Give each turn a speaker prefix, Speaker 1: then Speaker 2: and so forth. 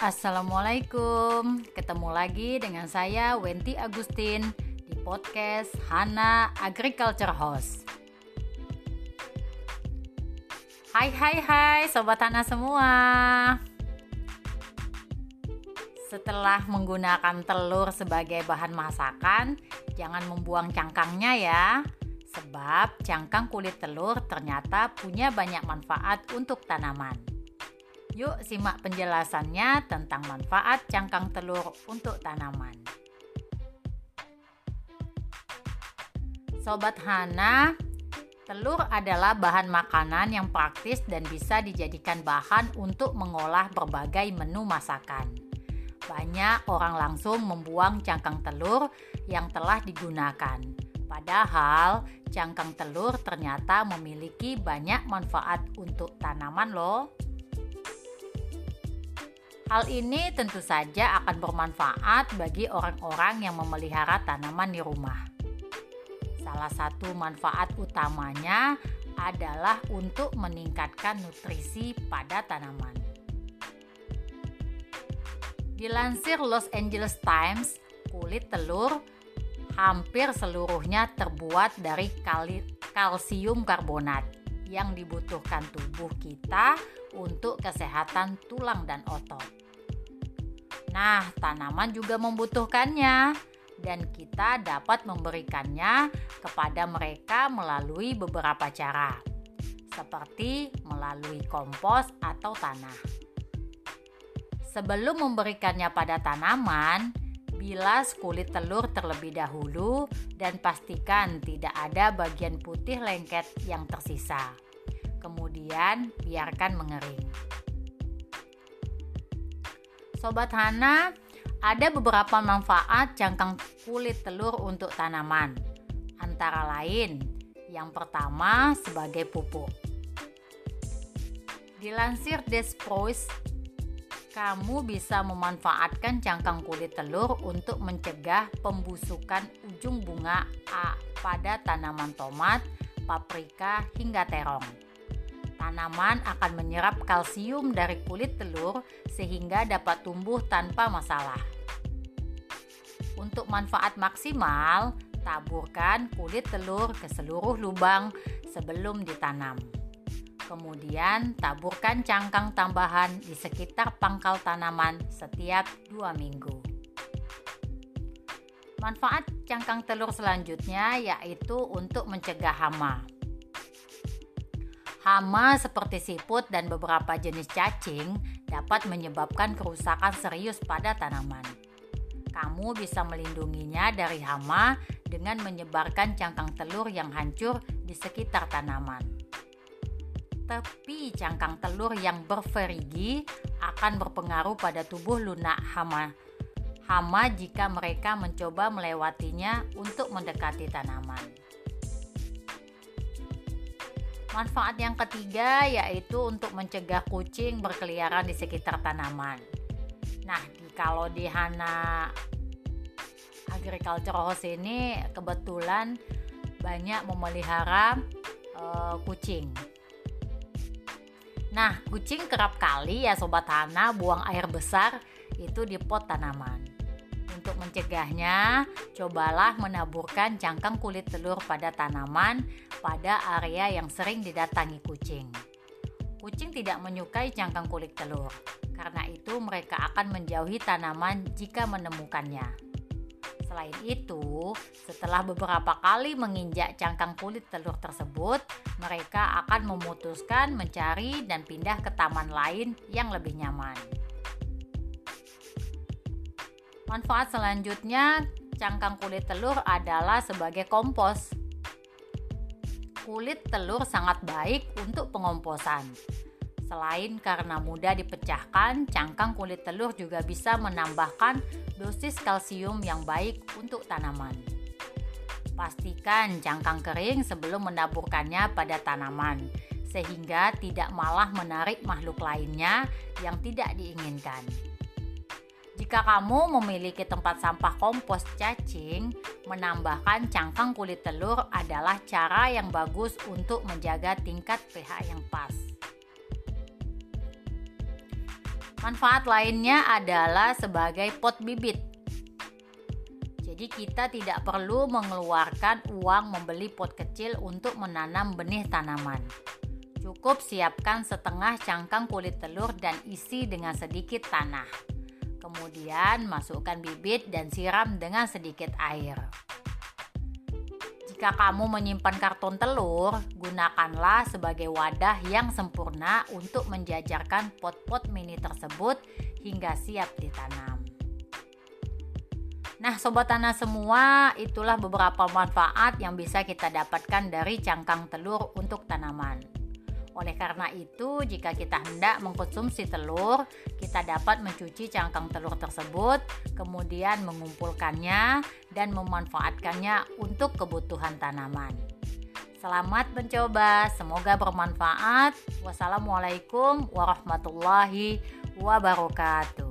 Speaker 1: Assalamualaikum. Ketemu lagi dengan saya Wenti Agustin di podcast Hana Agriculture Host. Hai Sobat Hana semua. Setelah menggunakan telur sebagai bahan masakan, jangan membuang cangkangnya ya. Sebab cangkang kulit telur ternyata punya banyak manfaat untuk tanaman. Yuk simak penjelasannya tentang manfaat cangkang telur untuk tanaman. Sobat Hana, telur adalah bahan makanan yang praktis dan bisa dijadikan bahan untuk mengolah berbagai menu masakan. Banyak orang langsung membuang cangkang telur yang telah digunakan. Padahal cangkang telur ternyata memiliki banyak manfaat untuk tanaman loh. Hal ini tentu saja akan bermanfaat bagi orang-orang yang memelihara tanaman di rumah. Salah satu manfaat utamanya adalah untuk meningkatkan nutrisi pada tanaman. Dilansir Los Angeles Times, kulit telur hampir seluruhnya terbuat dari kalsium karbonat yang dibutuhkan tubuh kita untuk kesehatan tulang dan otot. Nah, tanaman juga membutuhkannya dan kita dapat memberikannya kepada mereka melalui beberapa cara, seperti melalui kompos atau tanah. Sebelum memberikannya pada tanaman, bilas kulit telur terlebih dahulu dan pastikan tidak ada bagian putih lengket yang tersisa. Kemudian biarkan mengering. Sobat Hana, ada beberapa manfaat cangkang kulit telur untuk tanaman. Antara lain, yang pertama sebagai pupuk. Dilansir Despros, kamu bisa memanfaatkan cangkang kulit telur untuk mencegah pembusukan ujung bunga pada tanaman tomat, paprika, hingga terong. Tanaman akan menyerap kalsium dari kulit telur sehingga dapat tumbuh tanpa masalah. Untuk manfaat maksimal, taburkan kulit telur ke seluruh lubang sebelum ditanam. Kemudian taburkan cangkang tambahan di sekitar pangkal tanaman setiap 2 minggu. Manfaat cangkang telur selanjutnya yaitu untuk mencegah hama. Hama seperti siput dan beberapa jenis cacing dapat menyebabkan kerusakan serius pada tanaman. Kamu bisa melindunginya dari hama dengan menyebarkan cangkang telur yang hancur di sekitar tanaman. Tepi cangkang telur yang berverigi akan berpengaruh pada tubuh lunak hama jika mereka mencoba melewatinya untuk mendekati tanaman. Manfaat yang ketiga yaitu untuk mencegah kucing berkeliaran di sekitar tanaman. Nah, kalau di Hana Agriculture House ini kebetulan banyak memelihara kucing. Nah, kucing kerap kali ya Sobat Hana buang air besar itu di pot tanaman. Untuk mencegahnya, cobalah menaburkan cangkang kulit telur pada tanaman pada area yang sering didatangi kucing. Kucing tidak menyukai cangkang kulit telur, karena itu mereka akan menjauhi tanaman jika menemukannya. Selain itu, setelah beberapa kali menginjak cangkang kulit telur tersebut, mereka akan memutuskan mencari dan pindah ke taman lain yang lebih nyaman. Manfaat selanjutnya, cangkang kulit telur adalah sebagai kompos. Kulit telur sangat baik untuk pengomposan. Selain karena mudah dipecahkan, cangkang kulit telur juga bisa menambahkan dosis kalsium yang baik untuk tanaman. Pastikan cangkang kering sebelum menaburkannya pada tanaman, sehingga tidak malah menarik makhluk lainnya yang tidak diinginkan. Jika kamu memiliki tempat sampah kompos cacing, menambahkan cangkang kulit telur adalah cara yang bagus untuk menjaga tingkat pH yang pas. Manfaat lainnya adalah sebagai pot bibit. Jadi kita tidak perlu mengeluarkan uang membeli pot kecil untuk menanam benih tanaman. Cukup siapkan setengah cangkang kulit telur dan isi dengan sedikit tanah. Kemudian masukkan bibit dan siram dengan sedikit air. Jika kamu menyimpan karton telur, gunakanlah sebagai wadah yang sempurna untuk menjajarkan pot-pot mini tersebut hingga siap ditanam. Nah, sobat tanah semua, itulah beberapa manfaat yang bisa kita dapatkan dari cangkang telur untuk tanaman. Oleh karena itu, jika kita hendak mengkonsumsi telur, kita dapat mencuci cangkang telur tersebut, kemudian mengumpulkannya dan memanfaatkannya untuk kebutuhan tanaman. Selamat mencoba, semoga bermanfaat. Wassalamualaikum warahmatullahi wabarakatuh.